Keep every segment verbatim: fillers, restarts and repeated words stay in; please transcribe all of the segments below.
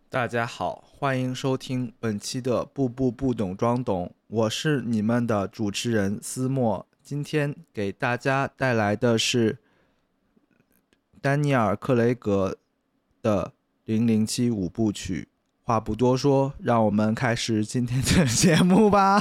大家好，欢迎收听本期的步步不懂装懂，我是你们的主持人思墨。今天给大家带来的是丹尼尔·克雷格的零零七五部曲。话不多说，让我们开始今天的节目吧。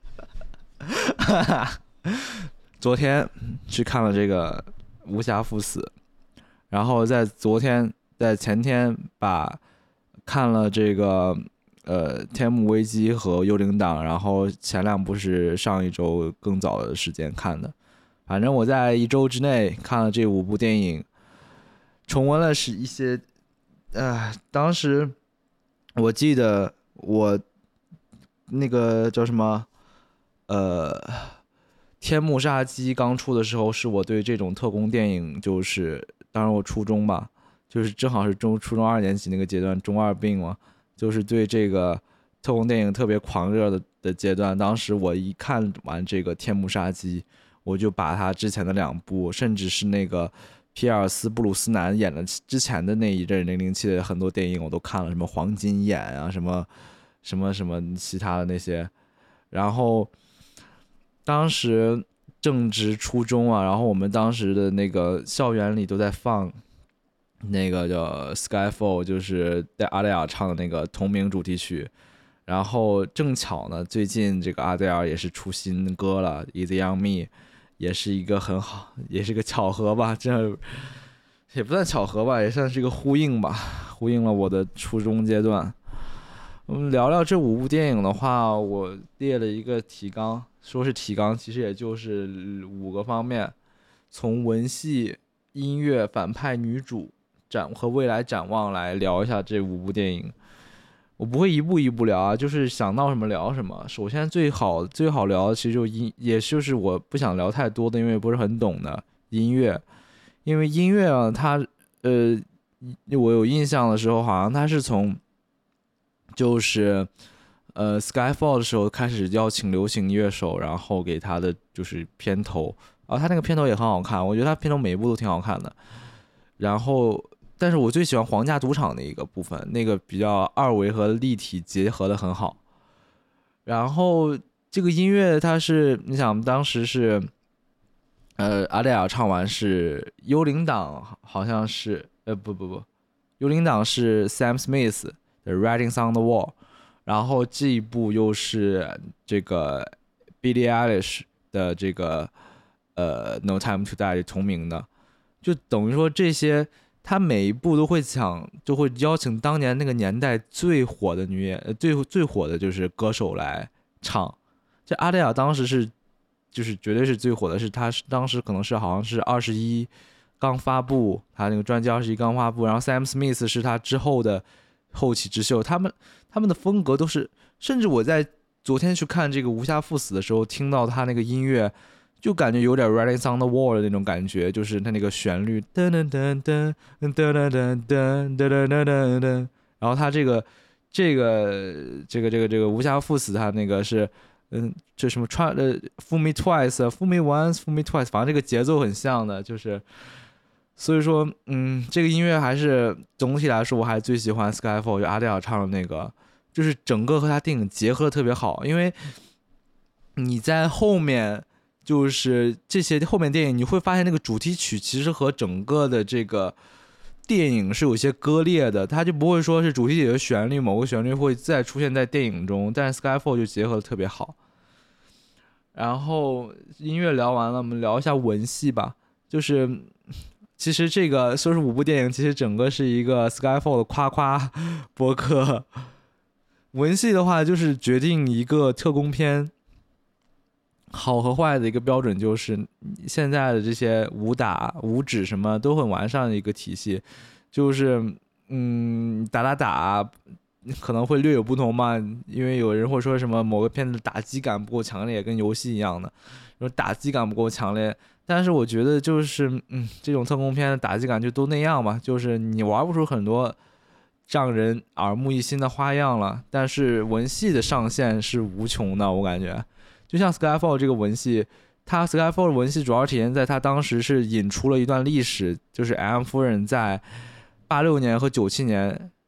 昨天去看了这个《无暇赴死》，然后在昨天，在前天把看了这个呃《天幕危机》和《幽灵党》，然后前两部是上一周更早的时间看的。反正我在一周之内看了这五部电影，重温了是一些，呃，当时我记得我那个叫什么，呃，《天幕杀机》刚出的时候，是我对这种特工电影，就是当然我初中吧。就是正好是中初中二年级那个阶段，中二病嘛，就是对这个特工电影特别狂热的的阶段。当时我一看完这个《天幕杀机》，我就把他之前的两部，甚至是那个皮尔斯布鲁斯南演了之前的那一阵零零七的很多电影我都看了，什么黄金眼啊，什么什么什么其他的那些。然后当时正值初中啊，然后我们当时的那个校园里都在放那个叫 Skyfall， 就是带阿黛尔唱的那个同名主题曲。然后正巧呢，最近这个阿黛尔也是出新歌了， Easy on Me， 也是一个很好，也是个巧合吧，这也不算巧合吧，也算是一个呼应吧，呼应了我的初中阶段。我们聊聊这五部电影的话，我列了一个提纲，说是提纲，其实也就是五个方面，从文戏、音乐、反派、女主展和未来展望来聊一下这五部电影。我不会一步一步聊啊，就是想到什么聊什么。首先最好最好聊的其实就音，也就是我不想聊太多的，因为不是很懂的音乐。因为音乐啊，它呃，我有印象的时候，好像它是从就是呃 Skyfall 的时候开始邀请流行乐手，然后给他的就是片头啊，他那个片头也很好看，我觉得他片头每一部都挺好看的。然后但是我最喜欢皇家赌场的一个部分，那个比较二维和立体结合的很好。然后这个音乐它是，你想当时是，呃，阿黛尔唱完是幽灵党，好像是，呃，不不不，幽灵党是 Sam Smith 的 Writings on the Wall， 然后这一部又是这个 Billie Eilish 的这个呃 No Time to Die 同名的，就等于说这些。他每一部都会讲，就会邀请当年那个年代最火的女演，最最火的就是歌手来唱。这阿黛尔当时是，就是绝对是最火的，是她当时可能是好像是二十一刚发布，她那个专辑二十一刚发布，然后 Sam Smith 是她之后的后起之秀，他们他们的风格都是，甚至我在昨天去看这个《无暇赴死》的时候，听到他那个音乐。就感觉有点 Writings on the Wall 的那种感觉，就是它那个旋律，噔噔噔噔噔噔噔噔噔噔噔噔，然后它这个这个这个这个这个无暇赴死，它那个是嗯，这什么穿呃 Fool me twice，Fool me once，Fool me twice，反正这个节奏很像的，就是所以说嗯，这个音乐还是总体来说我还最喜欢 Skyfall， 就阿黛尔唱的那个，就是整个和他电影结合的特别好，因为你在后面。就是这些后面电影你会发现那个主题曲其实和整个的这个电影是有些割裂的，它就不会说是主题曲的旋律某个旋律会再出现在电影中，但是 Skyfall 就结合的特别好。然后音乐聊完了，我们聊一下文戏吧，就是其实这个说是五部电影，其实整个是一个 Skyfall 的夸夸播客。文戏的话就是决定一个特工片好和坏的一个标准，就是现在的这些武打武指什么都很完善的一个体系，就是嗯打打打可能会略有不同嘛，因为有人会说什么某个片子打击感不够强烈，跟游戏一样的，说打击感不够强烈，但是我觉得就是嗯这种特工片的打击感就都那样吧，就是你玩不出很多让人耳目一新的花样了，但是文戏的上限是无穷的，我感觉。就像 Skyfall 这个文戏，它 Skyfall 的文戏主要体现在它当时是引出了一段历史，就是 M 夫人在八六年和九七年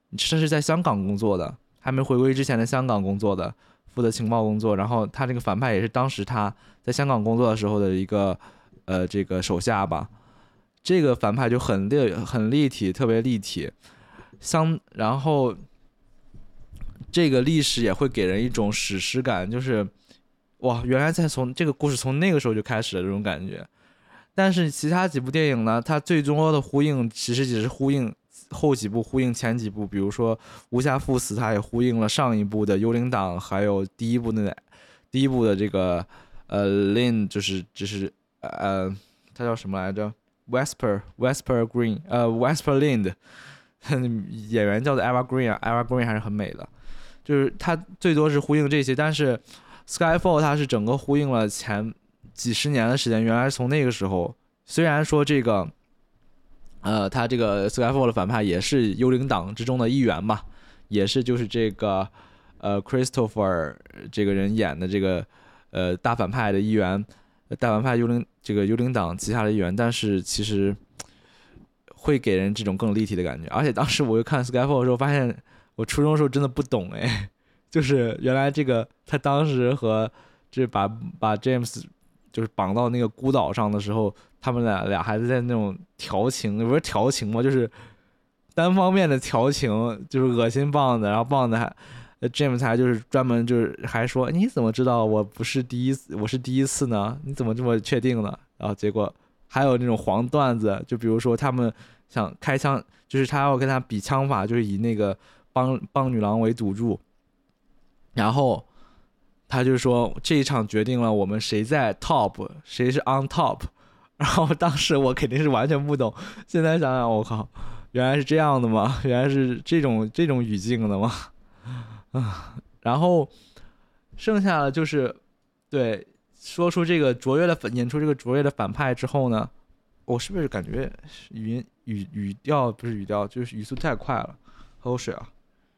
这是在香港工作的，还没回归之前的香港工作的，负责情报工作。然后他这个反派也是当时他在香港工作的时候的一个呃这个手下吧。这个反派就很立很立体，特别立体。相然后这个历史也会给人一种史诗感，就是哇，原来在从这个故事从那个时候就开始了这种感觉。但是其他几部电影呢，它最终的呼应其实只是呼应后几部，呼应前几部，比如说《无暇赴死》，它也呼应了上一部的《幽灵党》，还有第一部的第一部的这个呃 Lin， 就是就是呃他叫什么来着 ？Vesper Vesper Green， 呃 Vesper Lind， 演员叫做 Eva Green 啊 ，Eva Green 还是很美的。就是它最多是呼应这些，但是 Skyfall 它是整个呼应了前几十年的时间。原来从那个时候，虽然说这个，呃，他这个 Skyfall 的反派也是幽灵党之中的一员嘛，也是就是这个呃 Christopher 这个人演的这个呃大反派的一员，大反派幽灵这个幽灵党旗下的一员，但是其实会给人这种更立体的感觉。而且当时我又看 Skyfall 的时候，发现我初中的时候真的不懂哎，就是原来这个他当时和这把把 James 就是绑到那个孤岛上的时候，他们俩俩还是在那种调情，不是调情嘛，就是单方面的调情，就是恶心棒子，然后棒子还 James 还就是专门就是还说你怎么知道我不是第一次，我是第一次呢？你怎么这么确定呢？然后结果还有那种黄段子，就比如说他们想开枪，就是他要跟他比枪法，就是以那个帮帮女郎为赌注，然后他就说这一场决定了我们谁在 top， 谁是 on top。然后当时我肯定是完全不懂，现在想想我靠，原来是这样的吗？原来是这种这种语境的吗？啊，然后剩下的就是对说出这个卓越的演出这个卓越的反派之后呢，我是不是感觉语音语语调不是语调，就是语速太快了？喝口水啊。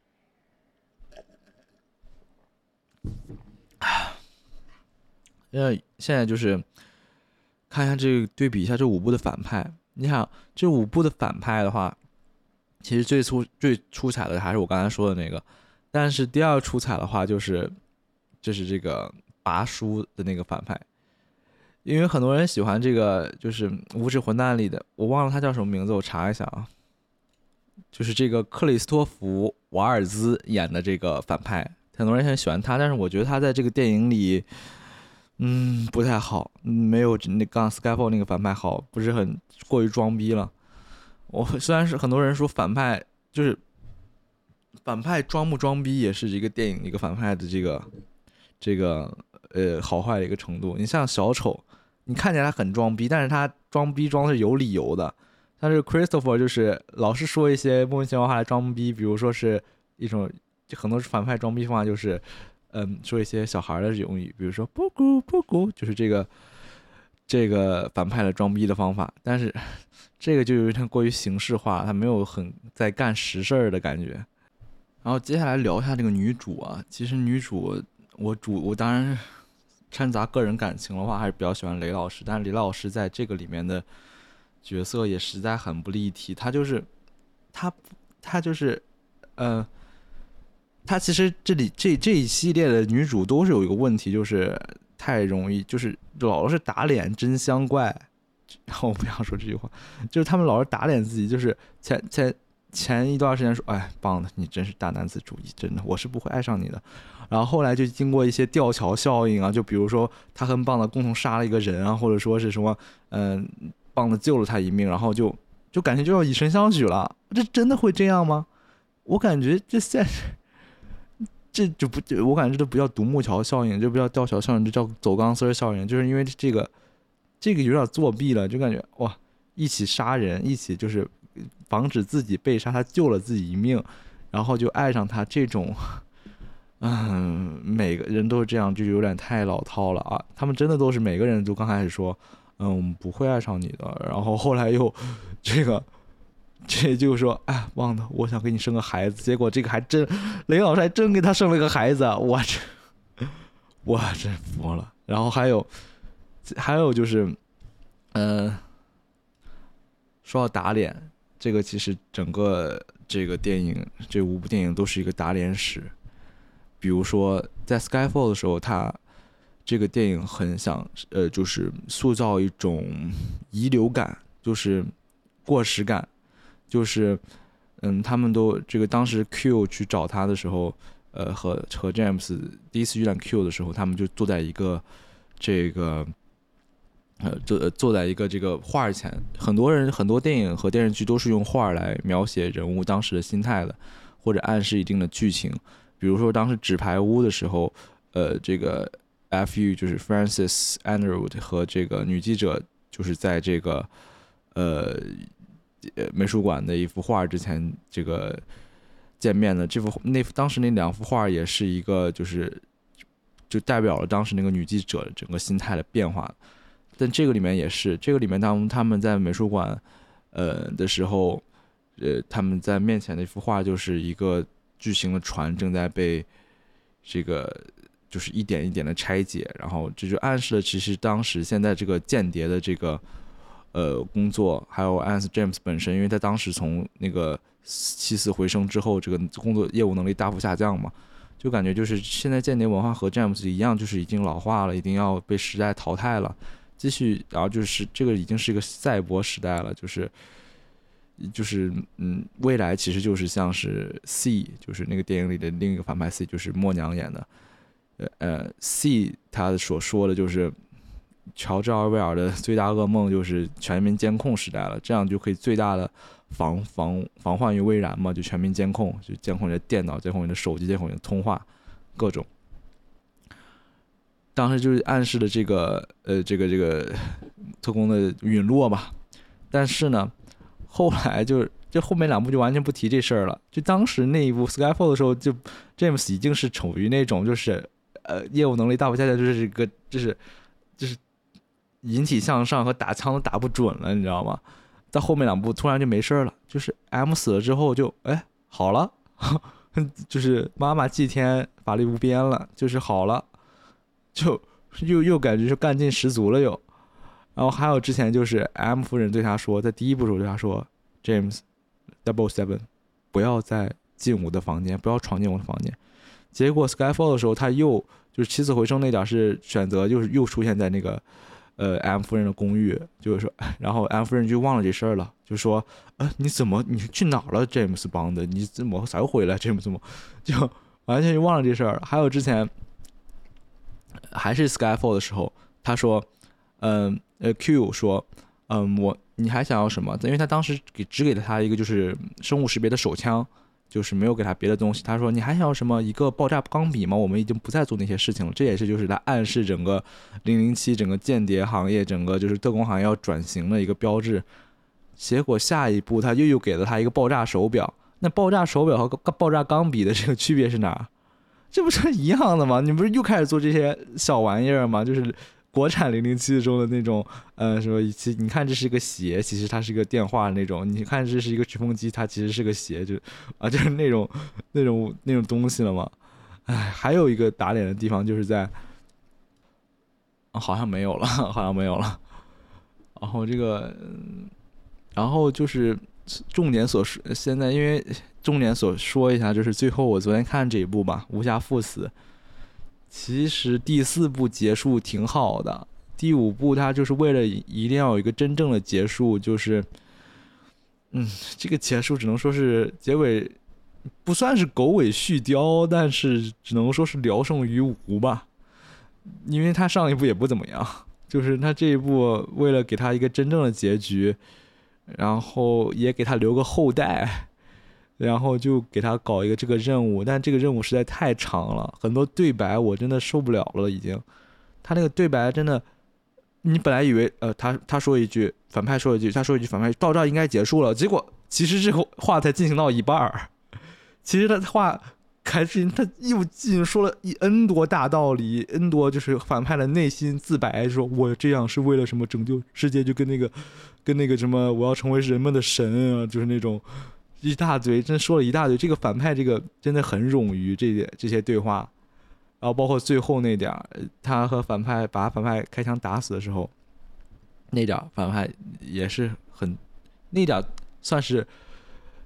因为现在就是看一下这个，对比一下这五部的反派。你想这五部的反派的话，其实最出最出彩的还是我刚才说的那个，但是第二出彩的话就是就是这个拔叔的那个反派，因为很多人喜欢这个就是《无耻混蛋》里的，我忘了他叫什么名字，我查一下啊，就是这个克里斯托弗·瓦尔兹演的这个反派，很多人很喜欢他，但是我觉得他在这个电影里。嗯，不太好，没有那刚 Skyfall 那个反派好，不是很过于装逼了。我虽然是很多人说反派就是反派装不装逼，也是一个电影一个反派的这个这个呃好坏的一个程度。你像小丑，你看起来很装逼，但是他装逼装的是有理由的。但是 Christopher 就是老是说一些莫名其妙话来装逼，比如说是一种很多反派装逼方法就是。嗯，说一些小孩的用语，比如说布谷布谷，就是这个这个反派的装逼的方法，但是这个就有点过于形式化，他没有很在干实事儿的感觉。然后接下来聊一下这个女主啊，其实女主我主我当然掺杂个人感情的话，还是比较喜欢雷老师，但是雷老师在这个里面的角色也实在很不立体，他就是他他就是呃。她其实这里这这一系列的女主都是有一个问题，就是太容易，就是老是打脸真香怪。然后我不想说这句话，就是他们老是打脸自己，就是前前前一段时间说，哎，棒的，你真是大男子主义，真的，我是不会爱上你的。然后后来就经过一些吊桥效应啊，就比如说他和棒的共同杀了一个人啊，或者说是什么，嗯、呃，棒的救了他一命，然后就就感觉就要以身相许了。这真的会这样吗？我感觉这现实。这就不，我感觉这都不叫独木桥效应，这不叫吊桥效应，这叫走钢丝效应。就是因为这个，这个有点作弊了，就感觉哇，一起杀人，一起就是防止自己被杀，他救了自己一命，然后就爱上他这种，嗯，每个人都是这样，就有点太老套了啊。他们真的都是每个人都刚开始说，嗯，我们不会爱上你的，然后后来又这个。这就说，哎，忘了，我想给你生个孩子，结果这个还真，雷老师还真给他生了个孩子，我这，我真服了。然后还有，还有就是，嗯、呃，说到打脸，这个其实整个这个电影这五部电影都是一个打脸史。比如说在 Skyfall 的时候，他这个电影很想呃就是塑造一种遗留感，就是过时感，就是嗯他们都这个当时 Q 去找他的时候，呃和和 James 第一次遇见 Q 的时候，他们就坐在一个这个呃坐坐在一个这个画前，很多人很多电影和电视剧都是用画来描写人物当时的心态的，或者暗示一定的剧情。比如说当时纸牌屋的时候，呃这个 F U 就是 Francis Underwood 和这个女记者就是在这个呃美术馆的一幅画之前这个见面的。这幅那当时那两幅画也是一个就是就代表了当时那个女记者整个心态的变化。但这个里面也是，这个里面当他们在美术馆呃的时候，呃他们在面前的一幅画就是一个巨型的船正在被这个就是一点一点的拆解，然后这就暗示了其实当时现在这个间谍的这个呃工作，还有安斯 James 本身，因为他当时从那个起死回生之后，这个工作业务能力大幅下降嘛，就感觉就是现在间谍文化和 James 一样，就是已经老化了，一定要被时代淘汰了，继续，然后就是这个已经是一个赛博时代了，就是就是嗯，未来其实就是像是 C， 就是那个电影里的另一个反派 C， 就是默娘演的，呃 C 他所说的就是乔治奥威尔的最大噩梦就是全民监控时代了，这样就可以最大的防防防患于未然嘛，就全民监控，就监控你的电脑，监控你的手机，监控你的通话，各种。当时就是暗示了这个呃这个这个特工的陨落嘛，但是呢，后来就这后面两部就完全不提这事儿了。就当时那一部 Skyfall 的时候，就 James 已经是处于那种就是呃业务能力大幅下降，就是这个就是就是引体向上和打枪都打不准了，你知道吗？到后面两部突然就没事了，就是 M 死了之后就哎好了，就是妈妈祭天法力无边了，就是好了。就又又感觉就干劲十足了又，然后还有之前就是 M 夫人对他说，在第一部时候对他说 James Double Seven 不要再进我的房间，不要闯进我的房间。结果 Skyfall 的时候他又就是起死回生那点是选择就是又出现在那个呃 M 夫人的公寓，就是说，然后 M 夫人就忘了这事儿了，就说呃你怎么你去哪儿了 James 帮的，你怎么才回来 James 怎么就完全就忘了这事儿了。还有之前还是 Skyfall 的时候，他说，嗯，呃 ，Q 说，嗯，我你还想要什么？因为他当时给只给了他一个就是生物识别的手枪，就是没有给他别的东西。他说你还想要什么？一个爆炸钢笔吗？我们已经不再做那些事情了。这也是就是他暗示整个零零七整个间谍行业，整个就是特工行业要转型的一个标志。结果下一步他又又给了他一个爆炸手表。那爆炸手表和爆炸钢笔的这个区别是哪？这不是一样的吗？你不是又开始做这些小玩意儿吗？就是国产零零七中的那种，呃，什么？你看这是一个鞋，其实它是一个电话那种；你看这是一个吹风机，它其实是个鞋，就啊，就是那种那种那种东西了嘛。哎，还有一个打脸的地方就是在，啊、好像没有了，好像没有了。然后这个，然后就是重点所说，现在因为。重点所说一下，就是最后我昨天看这一部吧，《无暇赴死》。其实第四部结束挺好的，第五部它就是为了一定要有一个真正的结束，就是，嗯，这个结束只能说是结尾，不算是狗尾续貂，但是只能说是聊胜于无吧。因为他上一部也不怎么样，就是他这一部为了给他一个真正的结局，然后也给他留个后代。然后就给他搞一个这个任务，但这个任务实在太长了，很多对白我真的受不了了已经。他那个对白真的，你本来以为呃他他说一句，反派说一句，他说一句，反派到这儿应该结束了，结果其实这个话才进行到一半儿，其实他话还是他又进行说了一 N 多大道理 ，N 多就是反派的内心自白，说我这样是为了什么拯救世界，就跟那个跟那个什么我要成为人们的神啊，就是那种。一大堆，真说了一大堆。这个反派，这个真的很冗余，这些这些对话，然后包括最后那点他和反派把反派开枪打死的时候，那点反派也是很，那点算是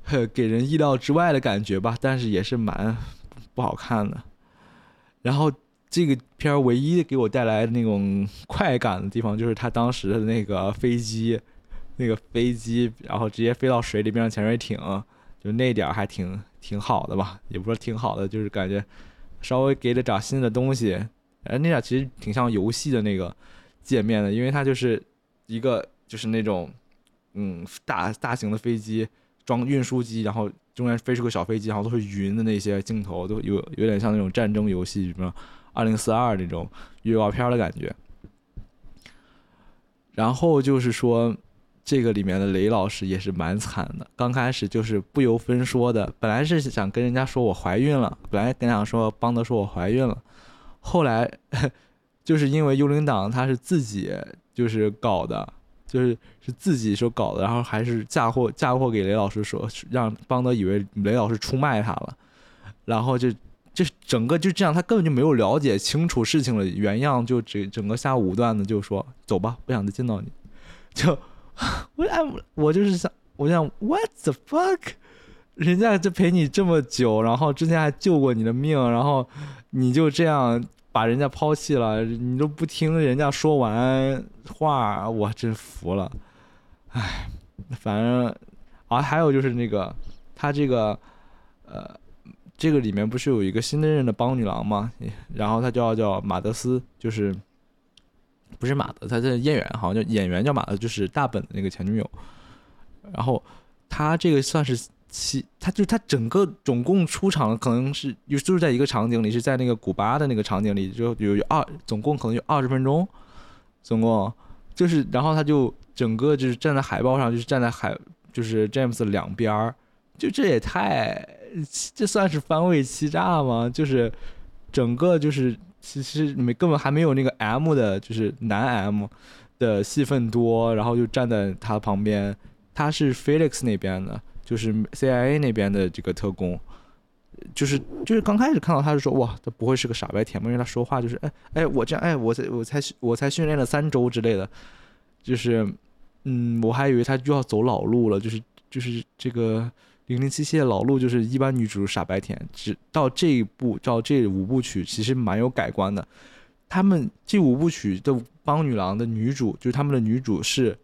给人意料之外的感觉吧，但是也是蛮不好看的。然后这个片儿唯一给我带来那种快感的地方，就是他当时的那个飞机，那个飞机，然后直接飞到水里变成潜水艇，就那点还挺挺好的吧，也不是挺好的，就是感觉稍微给了点新的东西。哎，那点其实挺像游戏的那个界面的，因为它就是一个就是那种嗯大大型的飞机。装运输机，然后中间飞出个小飞机，然后都是云的那些镜头，都有有点像那种战争游戏，什么二零四二那种预告片的感觉。然后就是说，这个里面的雷老师也是蛮惨的，刚开始就是不由分说的，本来是想跟人家说我怀孕了，本来跟想说帮他说我怀孕了，后来就是因为幽灵党他是自己就是搞的。就是是自己说搞的，然后还是嫁祸嫁祸给雷老师说，让邦德以为雷老师出卖他了，然后就就整个就这样，他根本就没有了解清楚事情的原样，就整整个下武断的就说走吧，不想再见到你。就我我就是想，我想 what the fuck， 人家就陪你这么久，然后之前还救过你的命，然后你就这样。把人家抛弃了，你都不听人家说完话，我真服了。唉，反正啊，还有就是那个他这个呃，这个里面不是有一个新的任的邦女郎吗？然后他叫叫马德斯，就是不是马德，他这演员好像叫演员叫马德，就是大本的那个前女友。然后他这个算是。其他就是他整个总共出场可能是就是在一个场景里，是在那个古巴的那个场景里，就有二总共可能有二十分钟，总共就是，然后他就整个就是站在海报上，就是站在海就是 James 的两边，就这也太这算是番位欺诈吗？就是整个就是其实你们根本还没有那个 M 的，就是男 M 的戏份多，然后就站在他旁边，他是 Felix 那边的。就是 C I A 那边的这个特工，就是就是刚开始看到他就说哇，他不会是个傻白甜吗？因为他说话就是哎哎我这样哎我才我才我才训练了三周之类的，就是嗯我还以为他就要走老路了，就是就是这个零零七系列老路，就是一般女主傻白甜，直到这一部到这五部曲其实蛮有改观的。他们这五部曲的邦女郎的女主，就是他们的女主是。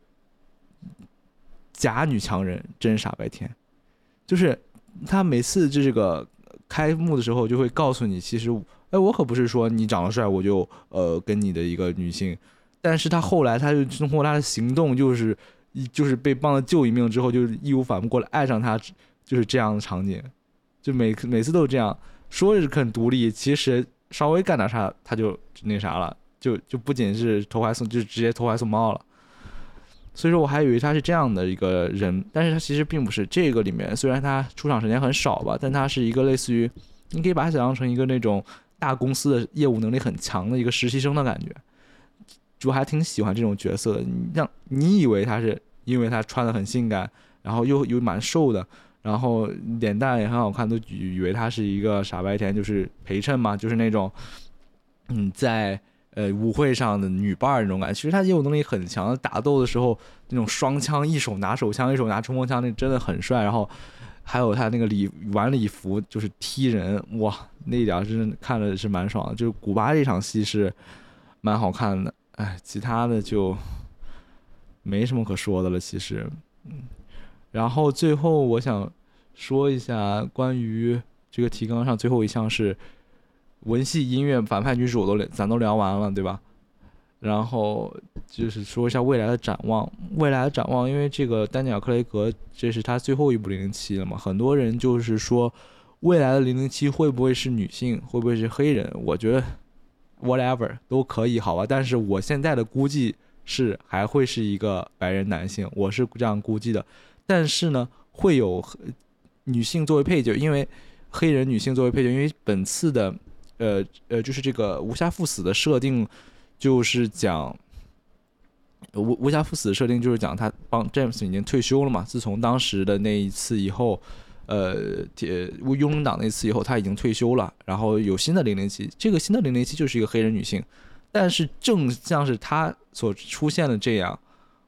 假女强人真傻白甜，就是他每次这个开幕的时候就会告诉你，其实哎我可不是说你长得帅我就呃跟你的一个女性，但是他后来他就通过他的行动就是就是被帮了救一命之后，就义无反顾过来爱上他，就是这样的场景，就每每次都是这样，说是很独立，其实稍微干点啥他就那啥了，就就不仅是投怀送就直接投怀送抱了。所以说我还以为他是这样的一个人，但是他其实并不是。这个里面虽然他出场时间很少吧，但他是一个类似于，你可以把他想象成一个那种大公司的业务能力很强的一个实习生的感觉。就还挺喜欢这种角色的。你让你以为他是因为他穿得很性感，然后又又蛮瘦的，然后脸蛋也很好看，都以为他是一个傻白甜，就是陪衬嘛，就是那种嗯在。呃，舞会上的女伴那种感觉，其实她业务能力很强，打斗的时候那种双枪，一手拿手枪，一手拿冲锋枪，那真的很帅。然后还有他那个礼晚礼服，就是踢人，哇，那一点真的看了是蛮爽的。就是古巴这场戏是蛮好看的，哎，其他的就没什么可说的了，其实。嗯，然后最后我想说一下关于这个提纲上最后一项是。文戏、音乐、反派女主都咱都聊完了，对吧？然后就是说一下未来的展望。未来的展望，因为这个丹尼尔·克雷格这是他最后一部零零七了嘛，很多人就是说未来的零零七会不会是女性，会不会是黑人？我觉得 whatever 都可以，好吧。但是我现在的估计是还会是一个白人男性，我是这样估计的。但是呢，会有女性作为配角，因为黑人女性作为配角，因为本次的。呃呃，就是这个无暇赴死的设定，就是讲无无暇赴死的设定就是讲他帮 James 已经退休了嘛。自从当时的那一次以后，呃，幽灵党那次以后，他已经退休了。然后有新的零零七，这个新的零零七就是一个黑人女性，但是正像是他所出现的这样，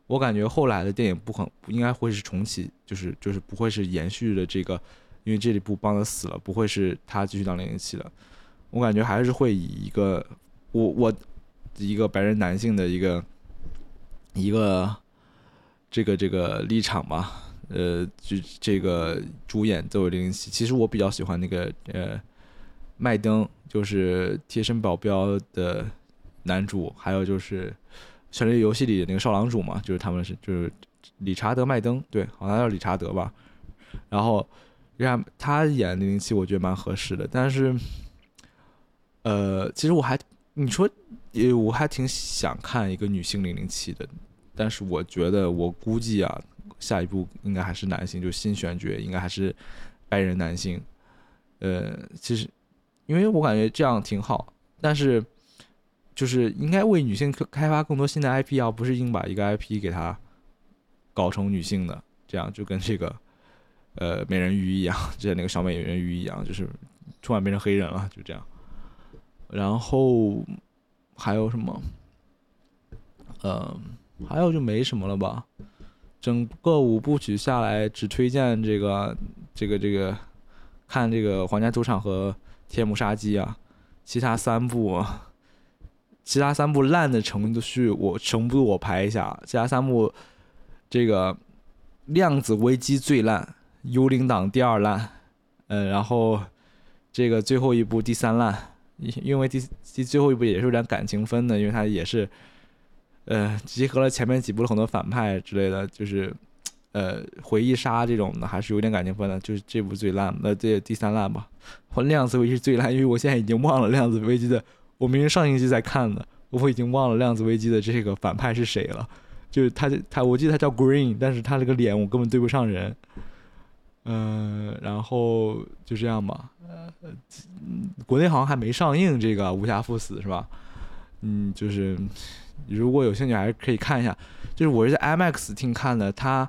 我感觉后来的电影不可应该会是重启，就是就是不会是延续的这个，因为这里布邦德死了，不会是他继续当零零七了。我感觉还是会以一个我我一个白人男性的一个一个这个这个立场吧。呃，就这个主演作为零零七，其实我比较喜欢那个呃麦登，就是贴身保镖的男主，还有就是《权力游戏》里的那个少郎主嘛，就是他们是就是理查德麦登，对，好像叫理查德吧。然后让他演零零七，我觉得蛮合适的。但是，呃，其实我还你说，也我还挺想看一个女性零零七的，但是我觉得我估计啊。下一步应该还是男性，就新选角应该还是白人男性。呃，其实因为我感觉这样挺好，但是就是应该为女性开发更多新的 I P 啊，不是硬把一个 I P 给它搞成女性的，这样就跟这个呃美人鱼一样，之前那个小美人鱼一样，就是突然变成黑人了，就这样。然后还有什么？呃，还有就没什么了吧。整个五部曲下来，只推荐这个这个这个看这个《皇家赌场》和《天幕杀机》啊，其他三部，其他三部烂的程度是我程度我排一下，其他三部这个《量子危机》最烂，《幽灵党》第二烂，呃，然后这个最后一部第三烂，因为第第最后一部也是有点感情分的，因为它也是。呃，集合了前面几部的很多反派之类的，就是，呃，回忆杀这种的还是有点感情分的，就是这部最烂，那这第三烂吧。或量子危机最烂，因为我现在已经忘了量子危机的，我明明上星期在看的，我已经忘了量子危机的这个反派是谁了。就是他他，我记得他叫 Green， 但是他这个脸我根本对不上人。嗯、呃，然后就这样吧。呃，国内好像还没上映这个《无暇赴死》是吧？嗯，就是。如果有兴趣还是可以看一下，就是我是在 I M A X 厅看的，它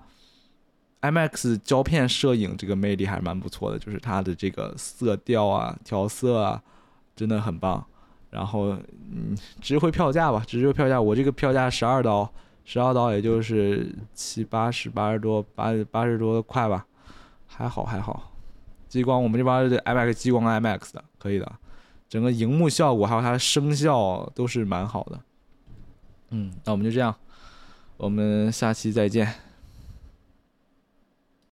I M A X 胶片摄影这个魅力还是蛮不错的，就是它的这个色调啊、调色啊，真的很棒。然后嗯，值回票价吧，值回票价，我这个票价十二刀，十二刀也就是七八十、八十多、八八十多块吧，还好还好。激光我们这边的 I M A X 激光 I M A X 的，可以的，整个荧幕效果还有它的声效都是蛮好的。嗯，那我们就这样，我们下期再见。